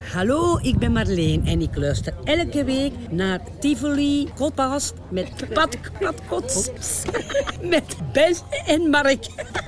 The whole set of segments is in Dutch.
Hallo, ik ben Marleen en ik luister elke week naar Tivoli Podcast met Patkots. Met Bes en Mark.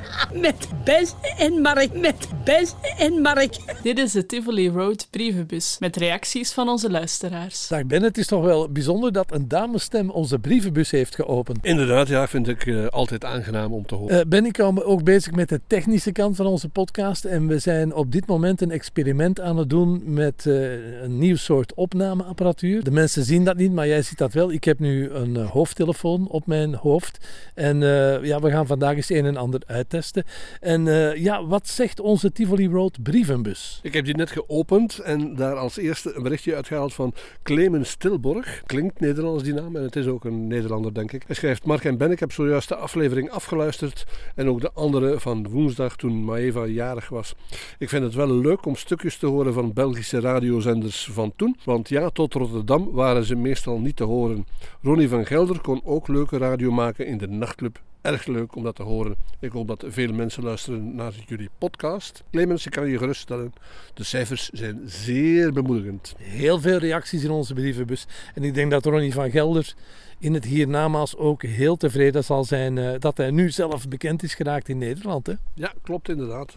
Met Bes en Mark. Met Bes en Mark. Dit is de Tivoli Road brievenbus met reacties van onze luisteraars. Dag Ben, het is toch wel bijzonder dat een damesstem onze brievenbus heeft geopend. Inderdaad, ja, vind ik altijd aangenaam om te horen. Ben, ik hou me ook bezig met de technische kant van onze podcast en we zijn op dit moment een experiment aan het doen met een nieuw soort opnameapparatuur. De mensen zien dat niet, maar jij ziet dat wel. Ik heb nu een hoofdtelefoon op mijn hoofd en we gaan vandaag eens een en ander uittesten. En wat zegt onze Tivoli Road brievenbus? Ik heb die net geopend en daar als eerste een berichtje uitgehaald van Clemens Stilborg. Klinkt Nederlands die naam en het is ook een Nederlander, denk ik. Hij schrijft: Mark en Ben, ik heb zojuist de aflevering afgeluisterd en ook de andere van woensdag toen Maeva jarig was. Ik vind het wel leuk om stukjes te horen van Belgische radiozenders van toen, want ja, tot Rotterdam waren ze meestal niet te horen. Ronnie van Gelder kon ook leuke radio maken in de nachtclub. Erg leuk om dat te horen. Ik hoop dat veel mensen luisteren naar jullie podcast. Clemens, ik kan je geruststellen, de cijfers zijn zeer bemoedigend. Heel veel reacties in onze brievenbus. En ik denk dat Ronnie van Gelder in het hiernamaals ook heel tevreden zal zijn dat hij nu zelf bekend is geraakt in Nederland. Hè? Ja, klopt inderdaad.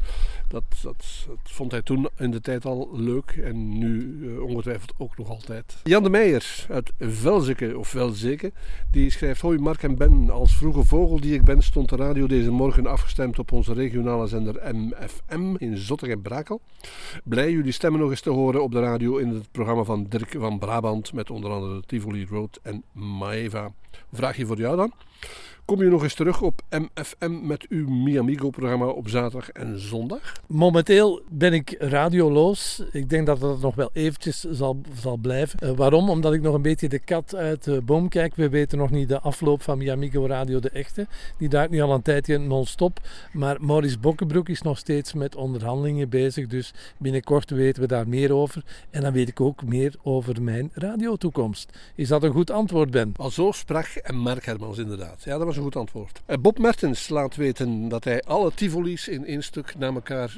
Dat vond hij toen in de tijd al leuk en nu ongetwijfeld ook nog altijd. Jan de Meijer uit Velzeke of Velzeke, die schrijft: Hoi Mark en Ben, als vroege vogel die ik ben stond de radio deze morgen afgestemd op onze regionale zender MFM in Zottegem-Brakel. Blij jullie stemmen nog eens te horen op de radio in het programma van Dirk van Brabant met onder andere Tivoli Road en Maeva. Vraagje voor jou dan. Kom je nog eens terug op MFM met uw Mi-Amigo-programma op zaterdag en zondag? Momenteel ben ik radioloos. Ik denk dat dat nog wel eventjes zal blijven. Waarom? Omdat ik nog een beetje de kat uit de boom kijk. We weten nog niet de afloop van Mi-Amigo Radio, de echte. Die draait nu al een tijdje non-stop. Maar Maurice Bokkenbroek is nog steeds met onderhandelingen bezig. Dus binnenkort weten we daar meer over. En dan weet ik ook meer over mijn radiotoekomst. Is dat een goed antwoord, Ben? Al zo sprak Mark Hermans inderdaad. Ja, dat was een goed antwoord. Bob Mertens laat weten dat hij alle Tivoli's in één stuk naar elkaar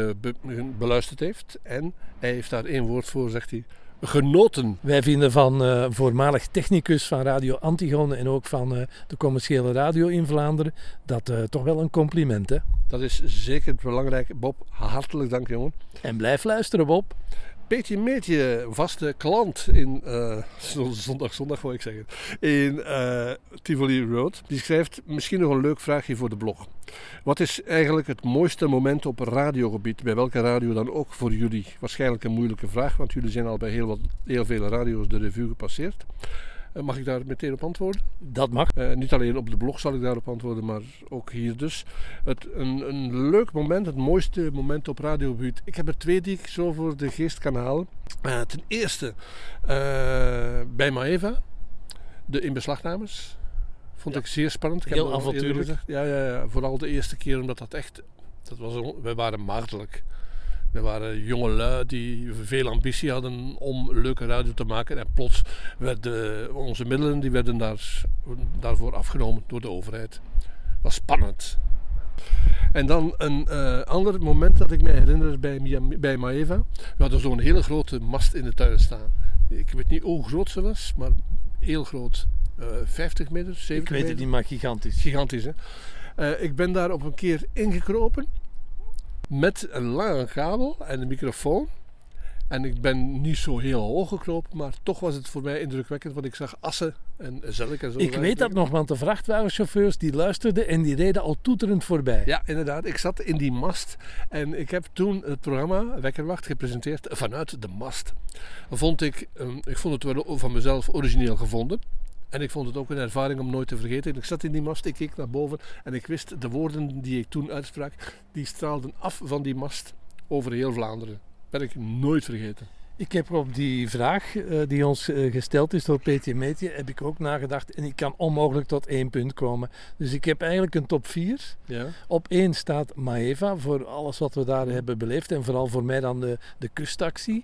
beluisterd heeft. En hij heeft daar één woord voor, zegt hij: genoten. Wij vinden van voormalig technicus van Radio Antigone en ook van de commerciële radio in Vlaanderen dat toch wel een compliment, hè? Dat is zeker belangrijk. Bob, hartelijk dank, jongen. En blijf luisteren, Bob. Peetje Meetje, vaste klant in zondag wou ik zeggen, in Tivoli Road. Die schrijft misschien nog een leuk vraagje voor de blog. Wat is eigenlijk het mooiste moment op radiogebied, bij welke radio dan ook voor jullie? Waarschijnlijk een moeilijke vraag, want jullie zijn al bij heel veel radio's de revue gepasseerd. Mag ik daar meteen op antwoorden? Dat mag. Niet alleen op de blog zal ik daarop antwoorden, maar ook hier dus. Een leuk moment, het mooiste moment op radiogebied. Ik heb er 2 die ik zo voor de geest kan halen. Ten eerste bij Maeva, de inbeslagnames. Vond ik zeer spannend. Ik heel avontuurlijk. Ja, vooral de eerste keer, omdat wij waren maagdelijk. We waren jongelui die veel ambitie hadden om leuke radio te maken. En plots werden onze middelen die werden daarvoor afgenomen door de overheid. Dat was spannend. En dan een ander moment dat ik me herinner bij Maeva. We hadden zo'n hele grote mast in de tuin staan. Ik weet niet hoe groot ze was, maar heel groot. 50 meter, 70 meter. Ik weet het niet, maar gigantisch. Gigantisch, hè. Ik ben daar op een keer ingekropen. Met een lange kabel en een microfoon. En ik ben niet zo heel hoog gekropen, maar toch was het voor mij indrukwekkend, want ik zag assen en zelk en zo. Ik weet dat nog, want de vrachtwagenchauffeurs die luisterden en die reden al toeterend voorbij. Ja, inderdaad. Ik zat in die mast en ik heb toen het programma Wekkerwacht gepresenteerd vanuit de mast. Ik vond het wel van mezelf origineel gevonden. En ik vond het ook een ervaring om nooit te vergeten. Ik zat in die mast, ik keek naar boven en ik wist de woorden die ik toen uitsprak, die straalden af van die mast over heel Vlaanderen. Ben ik nooit vergeten. Ik heb op die vraag die ons gesteld is door Peetje Meetje, heb ik ook nagedacht en ik kan onmogelijk tot 1 punt komen. Dus ik heb eigenlijk een top 4. Ja. Op 1 staat Maeva voor alles wat we daar hebben beleefd en vooral voor mij dan de kustactie.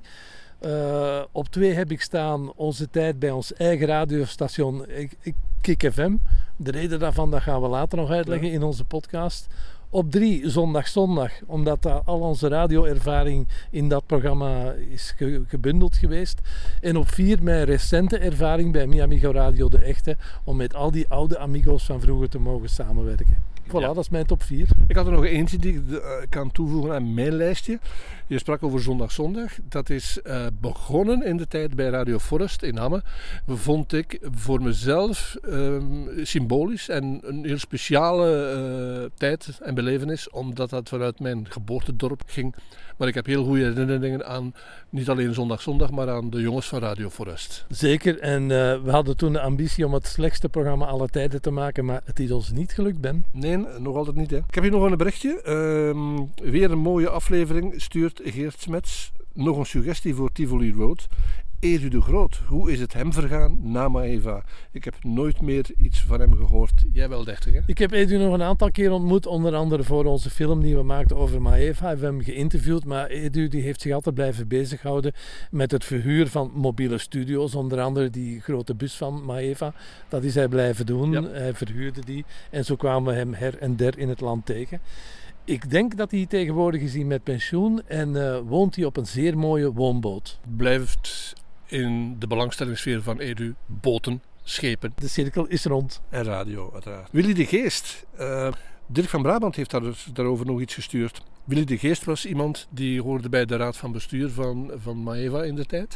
Op 2 heb ik staan onze tijd bij ons eigen radiostation Kik FM. De reden daarvan dat gaan we later nog uitleggen in onze podcast. Op 3 zondag, omdat al onze radioervaring in dat programma is gebundeld geweest. En op 4 mijn recente ervaring bij Mi Amigo Radio De Echte, om met al die oude amigo's van vroeger te mogen samenwerken. Voilà, dat is mijn top 4. Ik had er nog eentje die ik kan toevoegen aan mijn lijstje. Je sprak over zondag. Dat is begonnen in de tijd bij Radio Forest in Hamme. Vond ik voor mezelf symbolisch en een heel speciale tijd en belevenis, omdat dat vanuit mijn geboortedorp ging. Maar ik heb heel goede herinneringen aan niet alleen zondag, maar aan de jongens van Radio Forest. Zeker, en we hadden toen de ambitie om het slechtste programma aller tijden te maken, maar het is ons niet gelukt, Ben. Nee, nog altijd niet. Hè. Ik heb hier nog een berichtje. Weer een mooie aflevering stuurt Geert Smets. Nog een suggestie voor Tivoli Road. Edu de Groot, hoe is het hem vergaan na Maeva? Ik heb nooit meer iets van hem gehoord. Jij wel, dacht ik, hè? Ik heb Edu nog een aantal keer ontmoet, onder andere voor onze film die we maakten over Maeva. We hebben hem geïnterviewd, maar Edu die heeft zich altijd blijven bezighouden met het verhuur van mobiele studio's, onder andere die grote bus van Maeva. Dat is hij blijven doen. Ja. Hij verhuurde die en zo kwamen we hem her en der in het land tegen. Ik denk dat hij tegenwoordig is met pensioen en woont hij op een zeer mooie woonboot. Blijft in de belangstellingssfeer van Edu boten, schepen. De cirkel is rond. En radio, uiteraard. Willy de Geest. Dirk van Brabant heeft daarover nog iets gestuurd. Willy de Geest was iemand die hoorde bij de raad van bestuur van Maeva in de tijd.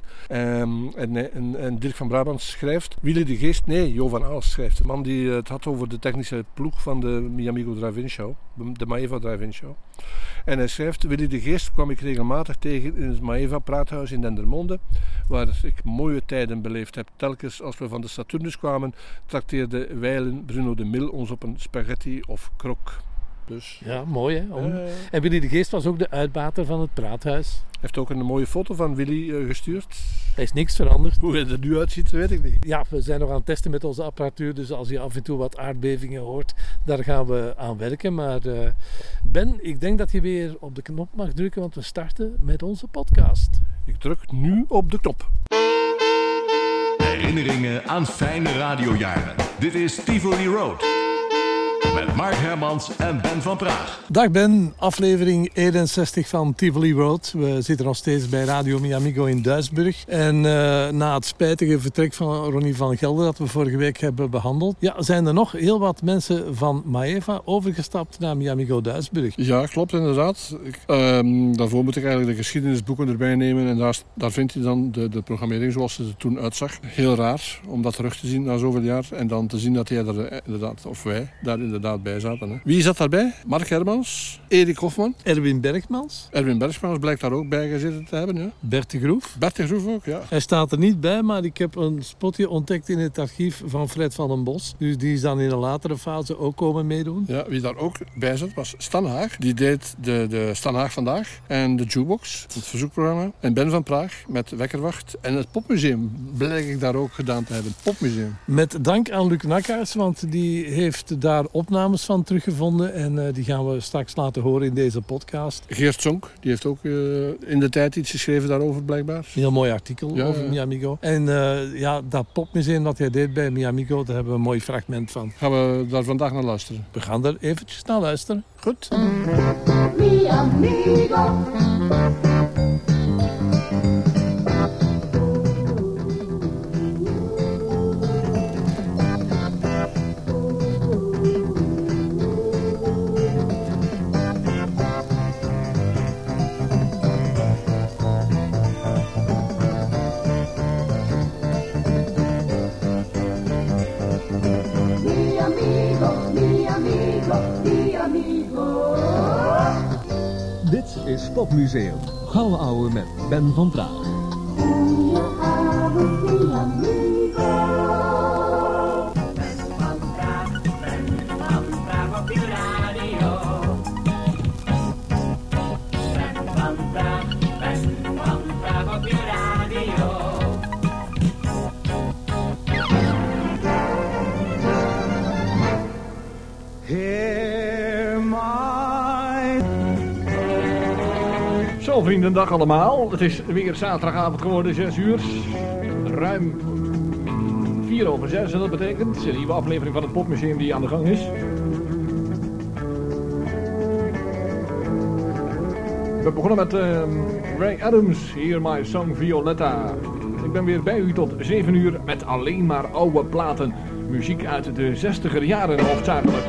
En Dirk van Brabant schrijft... Willy de Geest, nee, Jo van Aalst schrijft. De man die het had over de technische ploeg van de Mi Amigo Drive-In Show. De Maeva Drive-In Show. En hij schrijft... Willy de Geest kwam ik regelmatig tegen in het Maeva Praathuis in Dendermonde. Waar ik mooie tijden beleefd heb. Telkens als we van de Saturnus kwamen... trakteerde wijlen Bruno de Mil ons op een spaghetti of krok. Dus. Ja, mooi hè. En Willy de Geest was ook de uitbater van het Praathuis. Hij heeft ook een mooie foto van Willy gestuurd. Er is niks veranderd. Hoe hij er nu uitziet, weet ik niet. Ja, we zijn nog aan het testen met onze apparatuur. Dus als je af en toe wat aardbevingen hoort, daar gaan we aan werken. Maar Ben, ik denk dat je weer op de knop mag drukken, want we starten met onze podcast. Ik druk nu op de knop. Herinneringen aan fijne radiojaren. Dit is Tivoli Road. Met Mark Hermans en Ben van Praag. Dag Ben, aflevering 61 van Tivoli Road. We zitten nog steeds bij Radio Mi Amigo in Duisburg. En na het spijtige vertrek van Ronnie van Gelder dat we vorige week hebben behandeld, zijn er nog heel wat mensen van Maeva overgestapt naar Mi Amigo Duisburg. Ja, klopt inderdaad. Daarvoor moet ik eigenlijk de geschiedenisboeken erbij nemen en daar vind je dan de programmering zoals ze er toen uitzag. Heel raar om dat terug te zien na zoveel jaar en dan te zien dat jij er inderdaad, of wij, daar inderdaad bij zaten. Hè. Wie zat daarbij? Mark Hermans, Erik Hofman. Erwin Bergmans. Erwin Bergmans blijkt daar ook bij gezeten te hebben. Ja. Bert de Groef. Bert de Groef ook, ja. Hij staat er niet bij, maar ik heb een spotje ontdekt in het archief van Fred van den Bos. Dus die is dan in een latere fase ook komen meedoen. Ja, wie daar ook bij zat was Stan Haag. Die deed de Stan Haag Vandaag en de Jukebox, het verzoekprogramma. En Ben van Praag met Wekkerwacht. En het Popmuseum blijk ik daar ook gedaan te hebben. Popmuseum. Met dank aan Luc Nakkaerts, want die heeft daar opnames van teruggevonden. En die gaan we straks laten horen in deze podcast. Geert Zonk, die heeft ook in de tijd iets geschreven daarover blijkbaar. Een heel mooi artikel over Mi Amigo. En dat popmuseum dat hij deed bij Mi Amigo, daar hebben we een mooi fragment van. Gaan we daar vandaag naar luisteren? We gaan er eventjes naar luisteren. Goed. Mi Amigo. Dit is Popmuseum. Gouden ouwe met Ben van Praag. Zo vriendendag allemaal, het is weer zaterdagavond geworden, 6 uur, ruim 4:06 en dat betekent een nieuwe aflevering van het Popmuseum die aan de gang is. We begonnen met Ray Adams, Hear My Song Violetta. Ik ben weer bij u tot 7 uur met alleen maar oude platen. Muziek uit de 60er jaren hoofdzakelijk.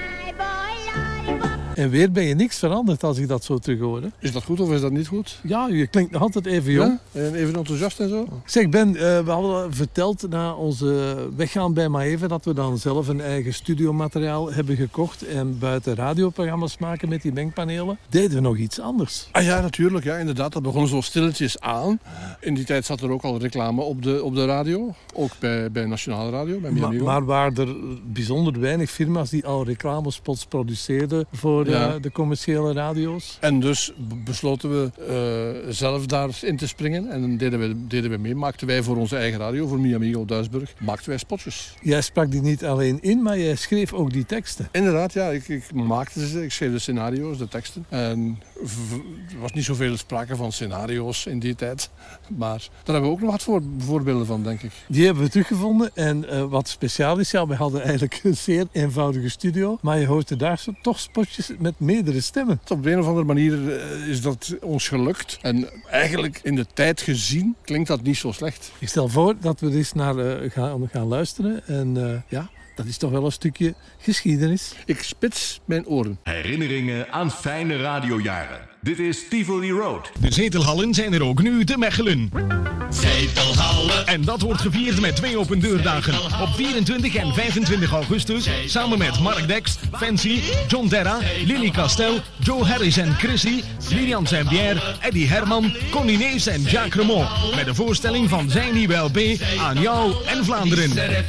En weer ben je niks veranderd als ik dat zo terug hoor. Hè? Is dat goed of is dat niet goed? Ja, je klinkt nog altijd even jong. Ja? En even enthousiast en zo? Zeg Ben, we hadden verteld na onze weggaan bij Maeva dat we dan zelf een eigen studiomateriaal hebben gekocht en buiten radioprogramma's maken met die mengpanelen. Deden we nog iets anders? Ah ja, natuurlijk. Ja, inderdaad. Dat begon zo stilletjes aan. In die tijd zat er ook al reclame op de radio. Ook bij Nationale Radio, bij Miamigo. Maar waren er bijzonder weinig firma's die al reclamespots produceerden voor de commerciële radio's? En dus besloten we zelf daarin te springen. En deden we mee. Maakten wij voor onze eigen radio, voor Miamigo Duisburg, maakten wij spotjes. Jij sprak die niet alleen in, maar jij schreef ook die teksten. Inderdaad, ja. Ik maakte ze. Ik schreef de scenario's, de teksten. En er was niet zoveel sprake van scenario's in die tijd. Maar daar hebben we ook nog wat voorbeelden van, denk ik. Die hebben we teruggevonden. En wat speciaal is, ja, we hadden eigenlijk een zeer eenvoudige studio. Maar je hoort daar toch spotjes met meerdere stemmen. Op de een of andere manier is dat ons gelukt. En eigenlijk in de tijd gezien klinkt dat niet zo slecht. Ik stel voor dat we er eens naar gaan luisteren. En dat is toch wel een stukje geschiedenis. Ik spits mijn oren. Herinneringen aan fijne radiojaren. Dit is Tivoli Road. De zetelhallen zijn er ook nu te Mechelen. Zetelhallen. En dat wordt gevierd met 2 opendeurdagen. Op 24 en 25 augustus. Samen met Mark Dex, Fancy, John Terra, Lily Castel, Joe Harris en Chrissy, Lilian Saint-Pierre, Eddie Herman, Connie Nees en Jacques Remond. Met de voorstelling van zijn nieuwe LP Aan jou en Vlaanderen.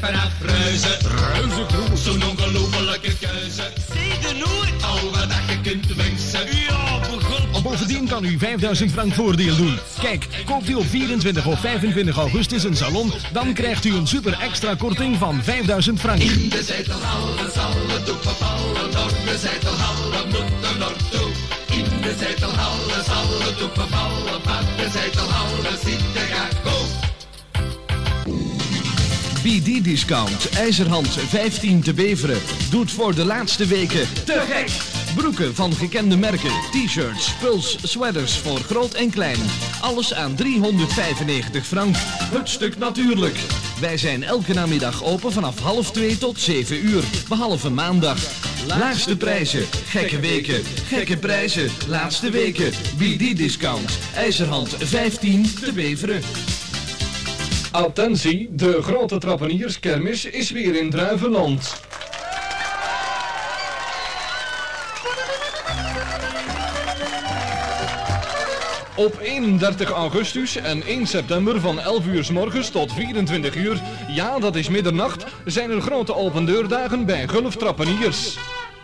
Reuzengroep, zo'n ongelofelijke keuze. Zeg nooit al wat je kunt wensen. Ja, begon. Bovendien kan u 5000 frank voordeel doen. Kijk, koopt u op 24 of 25 augustus een salon, dan krijgt u een super extra korting van 5000 frank. In de zetelhallen zal het ook bevallen, door de zetelhallen moet er naartoe. In de zetelhallen zal het ook bevallen, maar de zetelhallen zitten graag goed. BD-discount, IJzerhand 15 te Beveren. Doet voor de laatste weken te gek. Broeken van gekende merken, t-shirts, puls, sweaters voor groot en klein. Alles aan 395 frank. Het stuk natuurlijk. Wij zijn elke namiddag open vanaf 1:30 tot 7 uur. Behalve maandag. Laagste prijzen, gekke weken, gekke prijzen, laatste weken. BD-discount, IJzerhand 15 te Beveren. Attentie, de grote trappenierskermis is weer in Druivenland. Op 31 augustus en 1 september van 11 uur 's morgens tot 24 uur, ja dat is middernacht, zijn er grote opendeurdagen bij Gulf Trappeniers.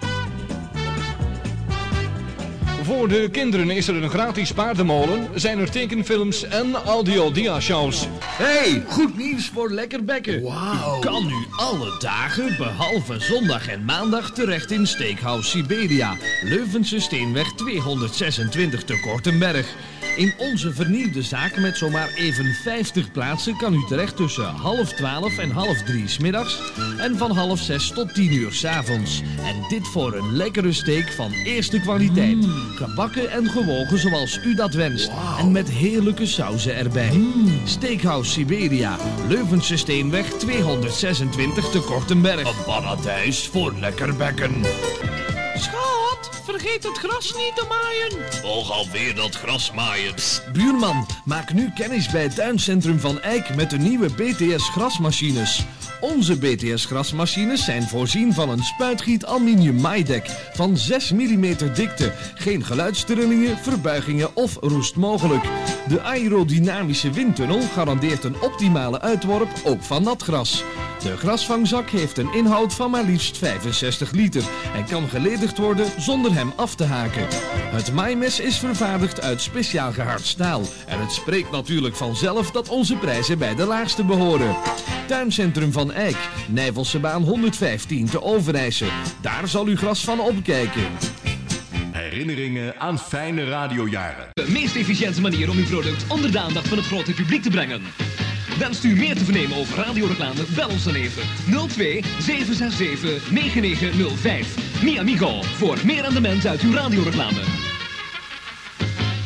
Voor de kinderen is er een gratis paardenmolen, zijn er tekenfilms en audio-dia-shows. Hey, goed nieuws voor lekker bekken. Wow. U kan nu alle dagen, behalve zondag en maandag, terecht in Steakhouse Siberia. Leuvense Steenweg 226 te Kortenberg. In onze vernieuwde zaak met zomaar even 50 plaatsen kan u terecht tussen 11:30 en 2:30 's middags en van 5:30 tot 10 uur 's avonds. En dit voor een lekkere steak van eerste kwaliteit. Gebakken en gewogen zoals u dat wenst. Wow. En met heerlijke sauzen erbij. Steakhouse Siberia, Leuvense Steenweg 226 te Kortenberg. Een paradijs voor lekker bekken. Schat, vergeet het gras niet te maaien. Och, alweer dat gras maaien. Psst, buurman, maak nu kennis bij het tuincentrum van Eijk met de nieuwe BTS grasmachines. Onze BTS grasmachines zijn voorzien van een spuitgiet aluminium maaidek van 6 mm dikte. Geen geluidstrillingen, verbuigingen of roest mogelijk. De aerodynamische windtunnel garandeert een optimale uitworp, ook van nat gras. De grasvangzak heeft een inhoud van maar liefst 65 liter en kan geledigd worden zonder hem af te haken. Het maaimes is vervaardigd uit speciaal gehard staal en het spreekt natuurlijk vanzelf dat onze prijzen bij de laagste behoren. Tuincentrum van Eijk, Nijvelsebaan 115 te Overijse. Daar zal u gras van opkijken. Herinneringen aan fijne radiojaren. De meest efficiënte manier om uw product onder de aandacht van het grote publiek te brengen. Wenst u meer te vernemen over radioreclame? Bel ons dan even 02 767 9905. Mi Amigo, voor meer rendement uit uw radioreclame.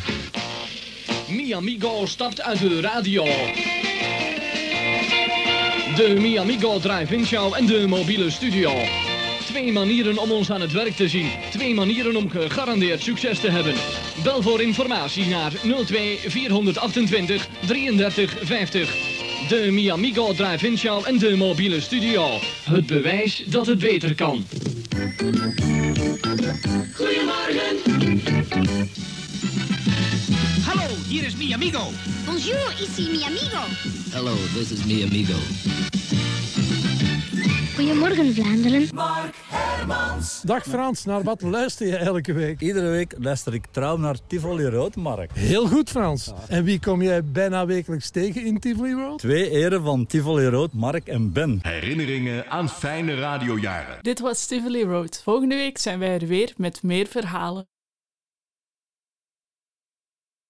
Miamigo stapt uit de radio. De Miamigo Drive-In Show en de mobiele studio. 2 manieren om ons aan het werk te zien. 2 manieren om gegarandeerd succes te hebben. Bel voor informatie naar 02 428 33 50. De Miamigo Drive-In Show en de mobiele studio. Het bewijs dat het beter kan. Goedemorgen. Hallo, hier is mi amigo. Bonjour, ici mi amigo. Hello, this is mi amigo. Goedemorgen Vlaanderen. Mark Hermans. Dag Frans, naar wat luister je elke week? Iedere week luister ik trouw naar Tivoli Road, Mark. Heel goed Frans. En wie kom jij bijna wekelijks tegen in Tivoli Road? 2 eren van Tivoli Road, Mark en Ben. Herinneringen aan fijne radiojaren. Dit was Tivoli Road. Volgende week zijn wij er weer met meer verhalen.